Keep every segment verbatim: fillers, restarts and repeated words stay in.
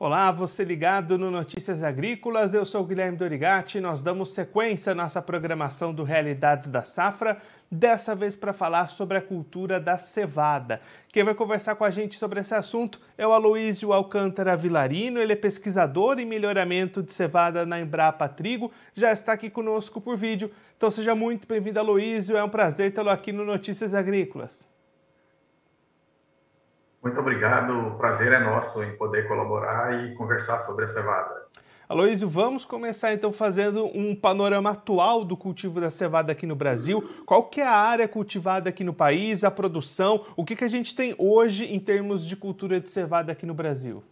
Olá, você ligado no Notícias Agrícolas, eu sou o Guilherme Dorigatti, nós damos sequência à nossa programação do Realidades da Safra, dessa vez para falar sobre a cultura da cevada. Quem vai conversar com a gente sobre esse assunto é o Aloísio Alcântara Vilarino, ele é pesquisador em melhoramento de cevada na Embrapa Trigo, já está aqui conosco por vídeo, então seja muito bem-vindo, Aloísio, é um prazer tê-lo aqui no Notícias Agrícolas. Muito obrigado, o prazer é nosso em poder colaborar e conversar sobre a cevada. Aloísio, vamos começar então fazendo um panorama atual do cultivo da cevada aqui no Brasil. Qual que é a área cultivada aqui no país, a produção, o que, que a gente tem hoje em termos de cultura de cevada aqui no Brasil?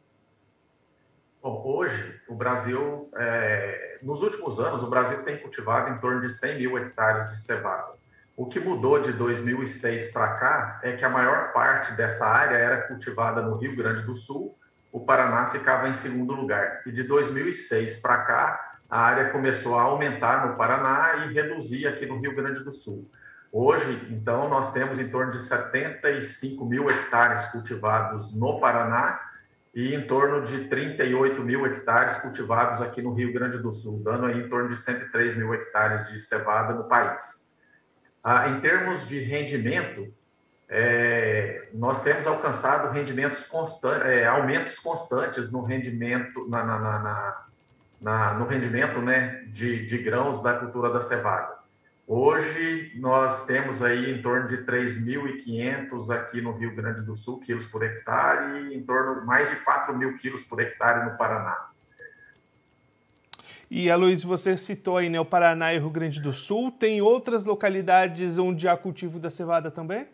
Bom, hoje, o Brasil, é, nos últimos anos, o Brasil tem cultivado em torno de cem mil hectares de cevada. O que mudou de dois mil e seis para cá é que a maior parte dessa área era cultivada no Rio Grande do Sul, o Paraná ficava em segundo lugar. E de dois mil e seis para cá, a área começou a aumentar no Paraná e reduzir aqui no Rio Grande do Sul. Hoje, então, nós temos em torno de setenta e cinco mil hectares cultivados no Paraná e em torno de trinta e oito mil hectares cultivados aqui no Rio Grande do Sul, dando aí em torno de cento e três mil hectares de cevada no país. Ah, em termos de rendimento, é, nós temos alcançado rendimentos constantes, é, aumentos constantes no rendimento, na, na, na, na, no rendimento né, de, de grãos da cultura da cevada. Hoje nós temos aí em torno de três mil e quinhentos aqui no Rio Grande do Sul quilos por hectare e em torno de mais de quatro mil quilos por hectare no Paraná. E, Aloísio, você citou aí, né, o Paraná e o Rio Grande do Sul. Tem outras localidades onde há cultivo da cevada também?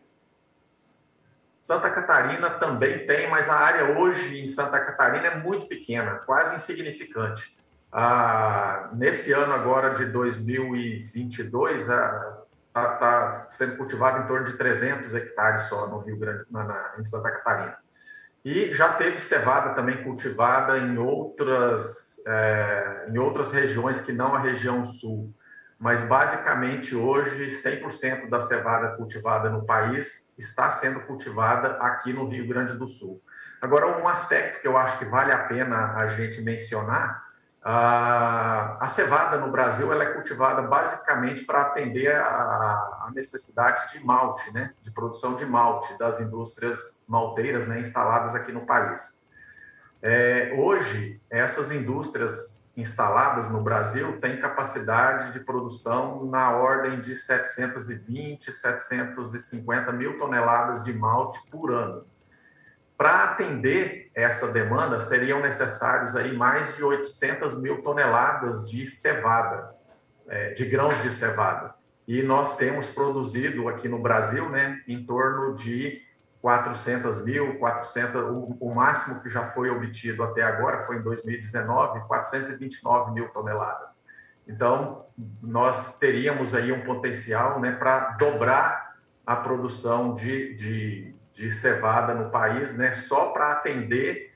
Santa Catarina também tem, mas a área hoje em Santa Catarina é muito pequena, quase insignificante. Ah, nesse ano agora de dois mil e vinte e dois, está ah, tá sendo cultivado em torno de trezentos hectares só no Rio Grande, na, na, em Santa Catarina. E já teve cevada também cultivada em outras, é, em outras regiões que não a região sul. Mas, basicamente, hoje, cem por cento da cevada cultivada no país está sendo cultivada aqui no Rio Grande do Sul. Agora, um aspecto que eu acho que vale a pena a gente mencionar, a cevada no Brasil ela é cultivada basicamente para atender a necessidade de malte, né? De produção de malte das indústrias malteiras, né? Instaladas aqui no país. É, hoje, essas indústrias instaladas no Brasil têm capacidade de produção na ordem de setecentos e vinte, setecentos e cinquenta mil toneladas de malte por ano. Para atender essa demanda, seriam necessários aí mais de oitocentas mil toneladas de cevada, de grãos de cevada. E nós temos produzido aqui no Brasil, né, em torno de quatrocentas mil, quatrocentos, o, o máximo que já foi obtido até agora foi em dois mil e dezenove, quatrocentas e vinte e nove mil toneladas. Então, nós teríamos aí um potencial, né, para dobrar a produção de, de, de cevada no país, né, só para atender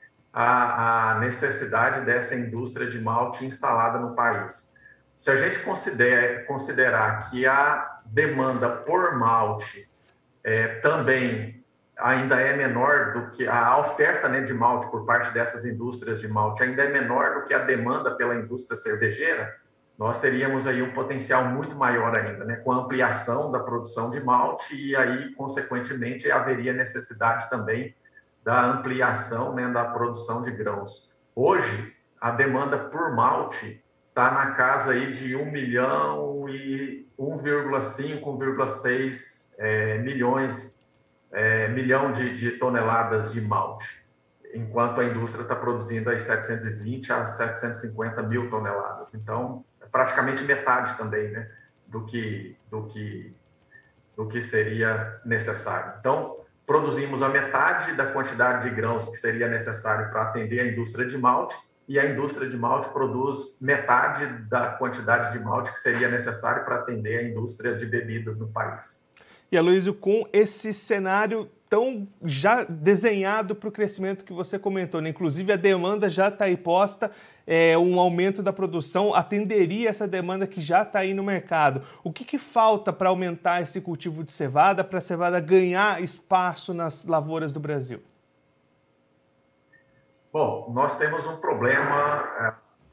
a, a necessidade dessa indústria de malte instalada no país. Se a gente consider, considerar que a demanda por malte é, também ainda é menor do que a oferta, né, de malte por parte dessas indústrias de malte ainda é menor do que a demanda pela indústria cervejeira, nós teríamos aí um potencial muito maior ainda, né, com a ampliação da produção de malte e aí, consequentemente, haveria necessidade também da ampliação, né, da produção de grãos. Hoje, a demanda por malte está na casa aí de um milhão e um vírgula cinco, um vírgula seis é, milhões É, milhão de, de toneladas de malte, enquanto a indústria está produzindo aí setecentos e vinte a setecentos e cinquenta mil toneladas. Então, é praticamente metade também, né, do que, do que, do que seria necessário. Então, produzimos a metade da quantidade de grãos que seria necessário para atender a indústria de malte, e a indústria de malte produz metade da quantidade de malte que seria necessário para atender a indústria de bebidas no país. E, Aloísio, com esse cenário tão já desenhado para o crescimento que você comentou, né? Inclusive a demanda já está aí posta, é, um aumento da produção atenderia essa demanda que já está aí no mercado. O que, que falta para aumentar esse cultivo de cevada, para a cevada ganhar espaço nas lavouras do Brasil? Bom, nós temos um problema,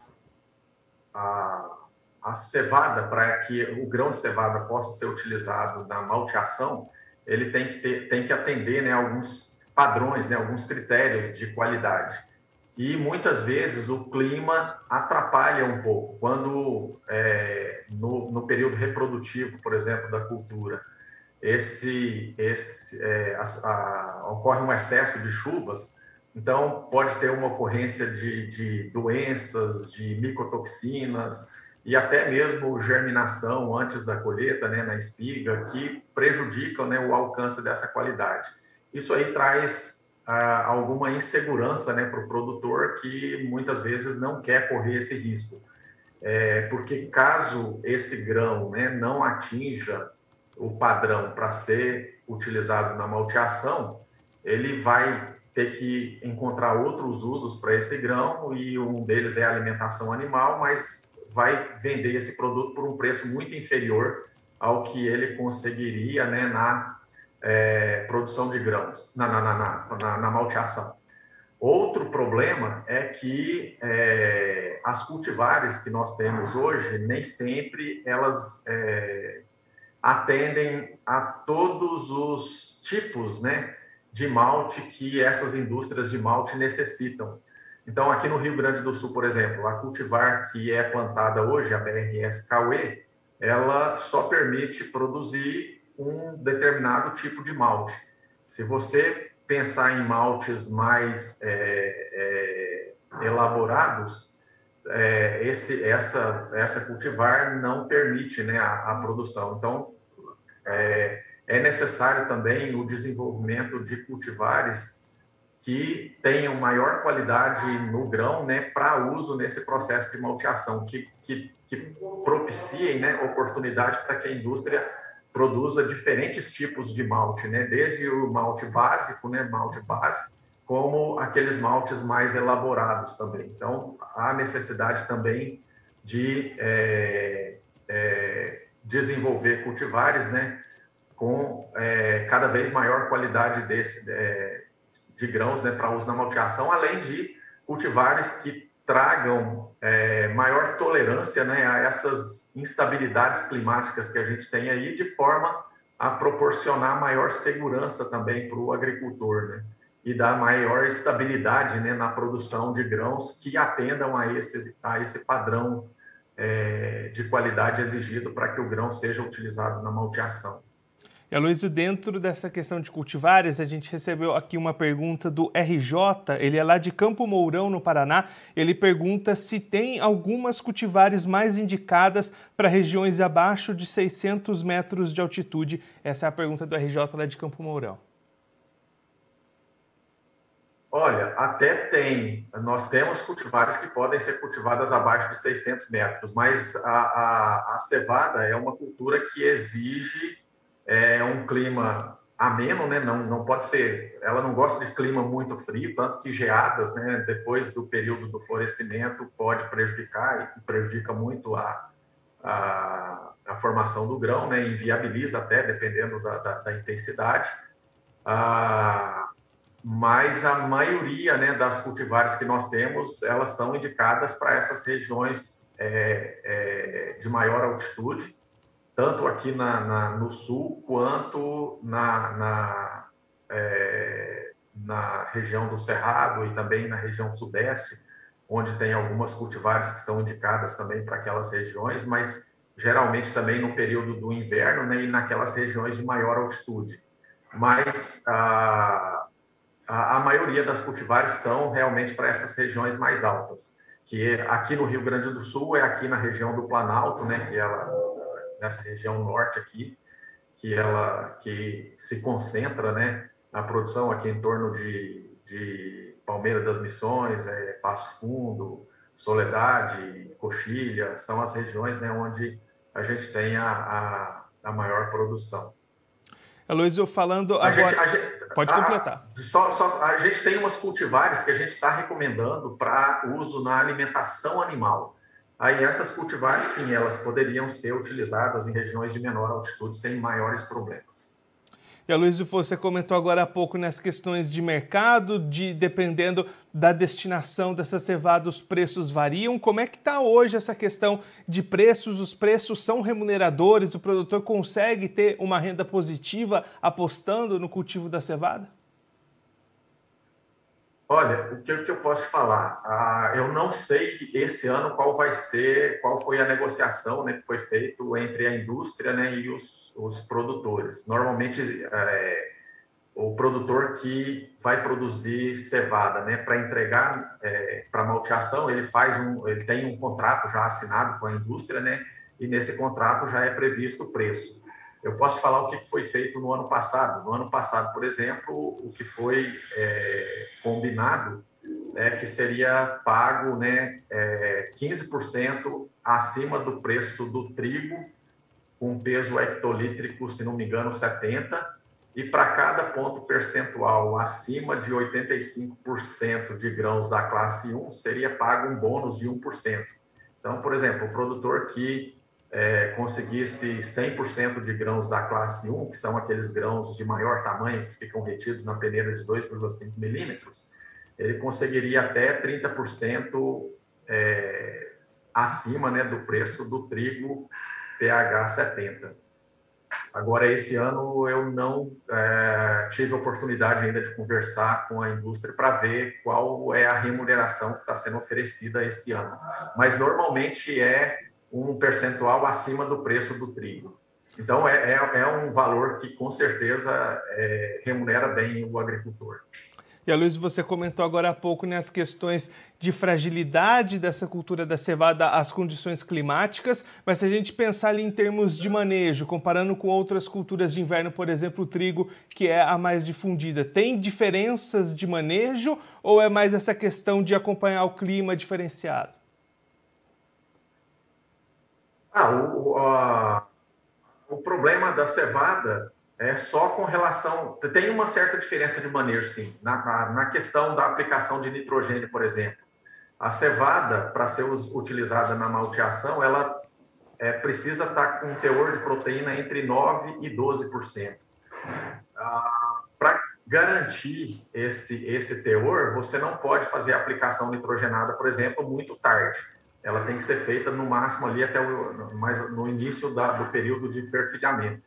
a, a cevada, para que o grão de cevada possa ser utilizado na malteação, ele tem que, ter, tem que atender, né, alguns padrões, né, alguns critérios de qualidade. E muitas vezes o clima atrapalha um pouco. Quando, é, no, no período reprodutivo, por exemplo, da cultura, esse, esse, é, a, a, ocorre um excesso de chuvas, então pode ter uma ocorrência de, de doenças, de micotoxinas e até mesmo germinação antes da colheita, né, na espiga, que prejudicam, né, o alcance dessa qualidade. Isso aí traz ah, alguma insegurança, né, para o produtor, que muitas vezes não quer correr esse risco. É, porque caso esse grão, né, não atinja o padrão para ser utilizado na malteação, ele vai ter que encontrar outros usos para esse grão, e um deles é a alimentação animal, mas vai vender esse produto por um preço muito inferior ao que ele conseguiria, né, na é, produção de grãos, na, na, na, na, na malteação. Outro problema é que é, as cultivares que nós temos hoje, nem sempre elas é, atendem a todos os tipos, né, de malte que essas indústrias de malte necessitam. Então, aqui no Rio Grande do Sul, por exemplo, a cultivar que é plantada hoje, a B R S Cauê, ela só permite produzir um determinado tipo de malte. Se você pensar em maltes mais é, é, elaborados, é, esse, essa, essa cultivar não permite, né, a, a produção. Então, é, é necessário também o desenvolvimento de cultivares que tenham maior qualidade no grão, né, para uso nesse processo de malteação, que, que, que propiciem, né, oportunidade para que a indústria produza diferentes tipos de malte, né, desde o malte básico, né, malte base, como aqueles maltes mais elaborados também. Então, há necessidade também de é, é, desenvolver cultivares, né, com é, cada vez maior qualidade desse, é, de grãos, né, para uso na malteação, além de cultivares que tragam é, maior tolerância, né, a essas instabilidades climáticas que a gente tem aí, de forma a proporcionar maior segurança também para o agricultor, né, e dar maior estabilidade, né, na produção de grãos que atendam a esse, a esse padrão é, de qualidade exigido para que o grão seja utilizado na malteação. Aloysio, dentro dessa questão de cultivares, a gente recebeu aqui uma pergunta do R J, ele é lá de Campo Mourão, no Paraná. Ele pergunta se tem algumas cultivares mais indicadas para regiões abaixo de seiscentos metros de altitude. Essa é a pergunta do R J lá de Campo Mourão. Olha, até tem. Nós temos cultivares que podem ser cultivadas abaixo de seiscentos metros, mas a, a, a cevada é uma cultura que exige é, um clima ameno, né? Não, não pode ser. Ela não gosta de clima muito frio, tanto que geadas, né, depois do período do florescimento, pode prejudicar e prejudica muito a, a, a formação do grão, né? Inviabiliza até, dependendo da, da, da intensidade. Ah, mas a maioria, né, das cultivares que nós temos, elas são indicadas para essas regiões é, é, de maior altitude, tanto aqui na, na, no sul, quanto na, na, é, na região do Cerrado e também na região sudeste, onde tem algumas cultivares que são indicadas também para aquelas regiões, mas geralmente também no período do inverno, né, e naquelas regiões de maior altitude. Mas a A, a maioria das cultivares são realmente para essas regiões mais altas, que aqui no Rio Grande do Sul é aqui na região do Planalto, né, que ela nessa região norte aqui, que ela que se concentra, né, a produção aqui em torno de, de Palmeira das Missões, é, Passo Fundo, Soledade, Coxilha, são as regiões, né, onde a gente tem a, a, a maior produção. Aloysio, falando a agora... Gente, a gente, Pode completar. A, só, só, a gente tem umas cultivares que a gente está recomendando para uso na alimentação animal. Aí essas cultivares, sim, elas poderiam ser utilizadas em regiões de menor altitude sem maiores problemas. E, Aloysio, você comentou agora há pouco nas questões de mercado, de dependendo da destinação dessa cevada, os preços variam. Como é que está hoje essa questão de preços? Os preços são remuneradores? O produtor consegue ter uma renda positiva apostando no cultivo da cevada? Olha, o que, o que eu posso falar? Ah, eu não sei que esse ano qual vai ser, qual foi a negociação, né, que foi feito entre a indústria, né, e os, os produtores. Normalmente, é, o produtor que vai produzir cevada, né, para entregar é, para malteação, ele faz um, ele tem um contrato já assinado com a indústria, né, e nesse contrato já é previsto o preço. Eu posso falar o que foi feito no ano passado. No ano passado, por exemplo, o que foi é, combinado é que seria pago, né, é, quinze por cento acima do preço do trigo, com peso hectolítrico, se não me engano, setenta, e para cada ponto percentual acima de oitenta e cinco por cento de grãos da classe um, seria pago um bônus de um por cento. Então, por exemplo, o produtor que é, conseguisse cem por cento de grãos da classe um, que são aqueles grãos de maior tamanho que ficam retidos na peneira de dois vírgula cinco milímetros, ele conseguiria até trinta por cento é, acima, né, do preço do trigo P H setenta. Agora, esse ano eu não é, tive a oportunidade ainda de conversar com a indústria para ver qual é a remuneração que está sendo oferecida esse ano. Mas normalmente é um percentual acima do preço do trigo. Então, é, é, é um valor que com certeza é, remunera bem o agricultor. E, Aloysio, você comentou agora há pouco nas questões de fragilidade dessa cultura da cevada às condições climáticas, mas se a gente pensar ali em termos de manejo, comparando com outras culturas de inverno, por exemplo, o trigo, que é a mais difundida, tem diferenças de manejo ou é mais essa questão de acompanhar o clima diferenciado? Ah, o, a, o problema da cevada é só com relação... Tem uma certa diferença de manejo, sim. Na, na, na questão da aplicação de nitrogênio, por exemplo. A cevada, para ser utilizada na malteação, ela é, precisa estar com um teor de proteína entre nove por cento e doze por cento. Ah, para garantir esse, esse teor, você não pode fazer a aplicação nitrogenada, por exemplo, muito tarde. Ela tem que ser feita no máximo ali até o, mais, no início da, do período de perfilhamento.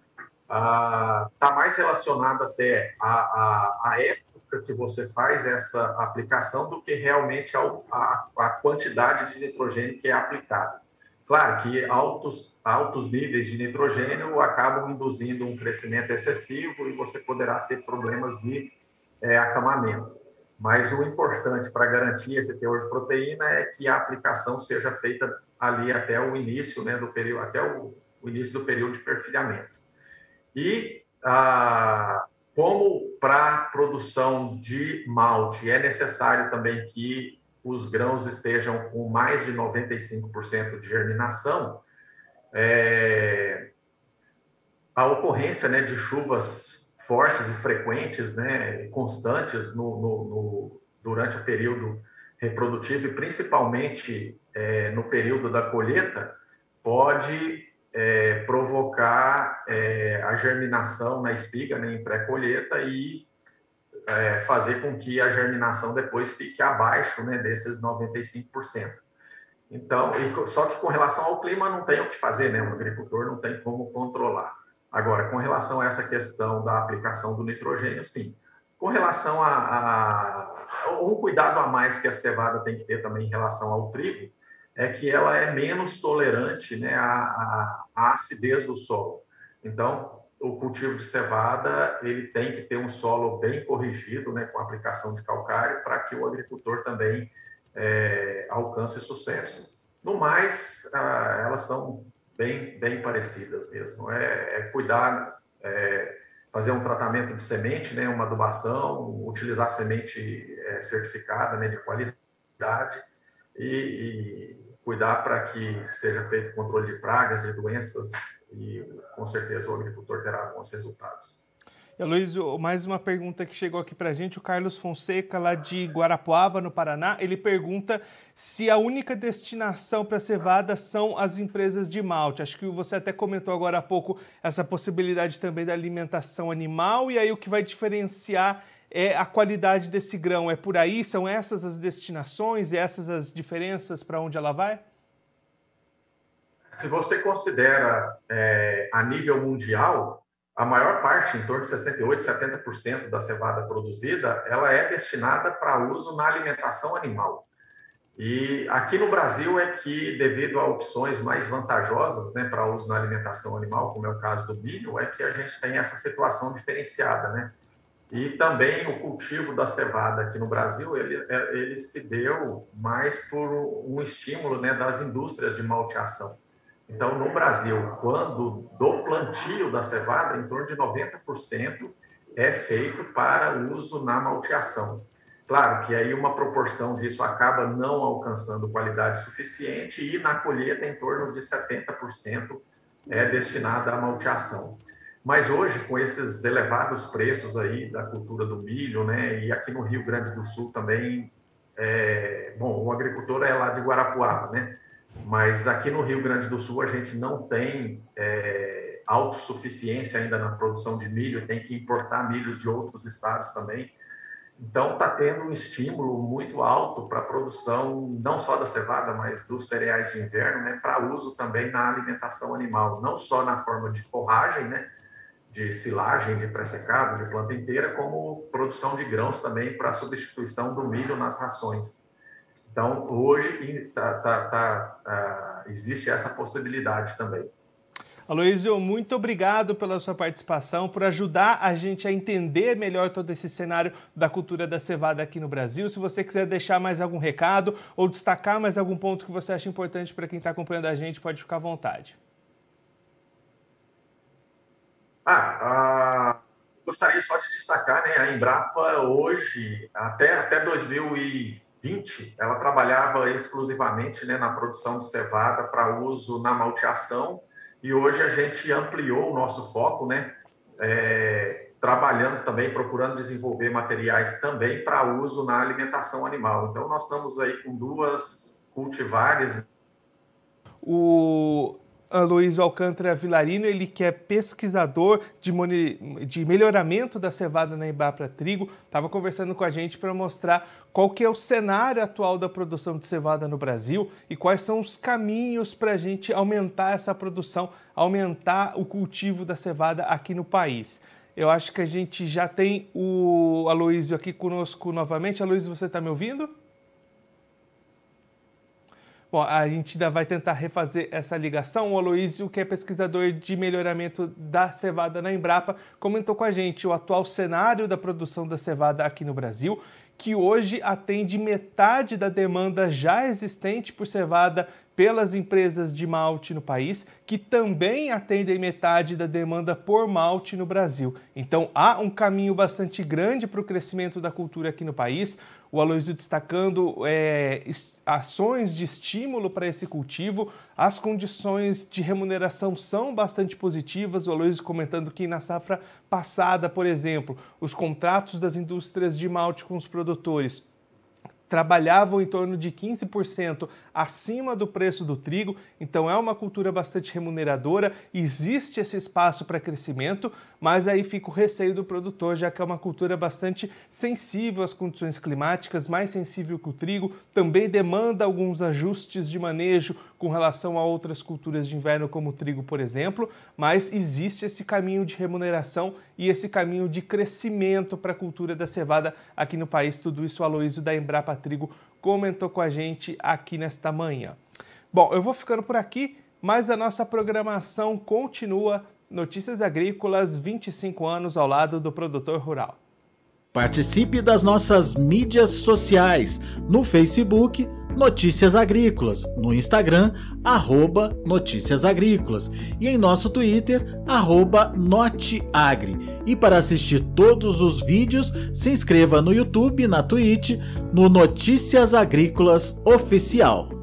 Está ah, mais relacionado até a, a, a época que você faz essa aplicação do que realmente ao, a, a quantidade de nitrogênio que é aplicada. Claro que altos, altos níveis de nitrogênio acabam induzindo um crescimento excessivo e você poderá ter problemas de é, acamamento. Mas o importante para garantir esse teor de proteína é que a aplicação seja feita ali até o início, né, do período, até o, o início do período de perfilhamento. E ah, como para a produção de malte é necessário também que os grãos estejam com mais de noventa e cinco por cento de germinação, é, a ocorrência, né, de chuvas fortes e frequentes, né, constantes no, no, no, durante o período reprodutivo e principalmente é, no período da colheita, pode é, provocar é, a germinação na espiga, né, em pré-colheita e é, fazer com que a germinação depois fique abaixo, né, desses noventa e cinco por cento. Então, e, só que com relação ao clima não tem o que fazer, né? O agricultor não tem como controlar. Agora, com relação a essa questão da aplicação do nitrogênio, sim. Com relação a, a um cuidado a mais que a cevada tem que ter também em relação ao trigo, é que ela é menos tolerante, né, à, à acidez do solo. Então, o cultivo de cevada ele tem que ter um solo bem corrigido, né, com a aplicação de calcário, para que o agricultor também é, alcance sucesso. No mais, ah, elas são bem, bem parecidas mesmo. É, é cuidar, é, fazer um tratamento de semente, né, uma adubação, utilizar semente é, certificada, né, de qualidade e, e cuidar para que seja feito controle de pragas, de doenças e com certeza o agricultor terá bons resultados. Aloysio, mais uma pergunta que chegou aqui para a gente, o Carlos Fonseca, lá de Guarapuava, no Paraná, ele pergunta se a única destinação para a cevada são as empresas de malte. Acho que você até comentou agora há pouco essa possibilidade também da alimentação animal, e aí o que vai diferenciar é a qualidade desse grão. É por aí? São essas as destinações e essas as diferenças para onde ela vai? Se você considera é, a nível mundial, a maior parte, em torno de sessenta e oito por cento, setenta por cento da cevada produzida, ela é destinada para uso na alimentação animal. E aqui no Brasil é que, devido a opções mais vantajosas, né, para uso na alimentação animal, como é o caso do milho, é que a gente tem essa situação diferenciada, né? E também o cultivo da cevada aqui no Brasil, ele, ele se deu mais por um estímulo, né, das indústrias de malteação. Então, no Brasil, quando do plantio da cevada, em torno de noventa por cento é feito para uso na malteação. Claro que aí uma proporção disso acaba não alcançando qualidade suficiente e na colheita em torno de setenta por cento é destinada à malteação. Mas hoje, com esses elevados preços aí da cultura do milho, né, e aqui no Rio Grande do Sul também, é, bom, o agricultor é lá de Guarapuava, né? Mas aqui no Rio Grande do Sul a gente não tem é, autossuficiência ainda na produção de milho, tem que importar milhos de outros estados também. Então está tendo um estímulo muito alto para a produção, não só da cevada, mas dos cereais de inverno, né, para uso também na alimentação animal, não só na forma de forragem, né, de silagem, de pré-secado, de planta inteira, como produção de grãos também para substituição do milho nas rações. Então, hoje tá, tá, tá, uh, existe essa possibilidade também. Aloysio, muito obrigado pela sua participação, por ajudar a gente a entender melhor todo esse cenário da cultura da cevada aqui no Brasil. Se você quiser deixar mais algum recado ou destacar mais algum ponto que você acha importante para quem está acompanhando a gente, pode ficar à vontade. Ah, uh, gostaria só de destacar, né, a Embrapa hoje, até, até dois mil e vinte, ela trabalhava exclusivamente, né, na produção de cevada para uso na malteação, e hoje a gente ampliou o nosso foco, né, é, trabalhando também, procurando desenvolver materiais também para uso na alimentação animal. Então, nós estamos aí com duas cultivares. O Aloysio Alcântara Vilarino, ele que é pesquisador de, de melhoramento da cevada na Embrapa Trigo, estava conversando com a gente para mostrar qual que é o cenário atual da produção de cevada no Brasil e quais são os caminhos para a gente aumentar essa produção, aumentar o cultivo da cevada aqui no país. Eu acho que a gente já tem o Aloysio aqui conosco novamente. Aloysio, você está me ouvindo? Bom, a gente ainda vai tentar refazer essa ligação. O Aloysio, que é pesquisador de melhoramento da cevada na Embrapa, comentou com a gente o atual cenário da produção da cevada aqui no Brasil, que hoje atende metade da demanda já existente por cevada pelas empresas de malte no país, que também atendem metade da demanda por malte no Brasil. Então, há um caminho bastante grande para o crescimento da cultura aqui no país. O Aloysio destacando é, ações de estímulo para esse cultivo, as condições de remuneração são bastante positivas. O Aloysio comentando que na safra passada, por exemplo, os contratos das indústrias de malte com os produtores trabalhavam em torno de quinze por cento acima do preço do trigo, então é uma cultura bastante remuneradora, existe esse espaço para crescimento, mas aí fica o receio do produtor, já que é uma cultura bastante sensível às condições climáticas, mais sensível que o trigo, também demanda alguns ajustes de manejo com relação a outras culturas de inverno, como o trigo, por exemplo, mas existe esse caminho de remuneração e esse caminho de crescimento para a cultura da cevada aqui no país. Tudo isso o Aloysio da Embrapa Trigo comentou com a gente aqui nesta manhã. Bom, eu vou ficando por aqui, mas a nossa programação continua. Notícias Agrícolas, vinte e cinco anos ao lado do produtor rural. Participe das nossas mídias sociais, no Facebook, Notícias Agrícolas, no Instagram, arroba Notícias Agrícolas e em nosso Twitter, arroba Noteagri. E para assistir todos os vídeos, se inscreva no YouTube, na Twitch, no Notícias Agrícolas Oficial.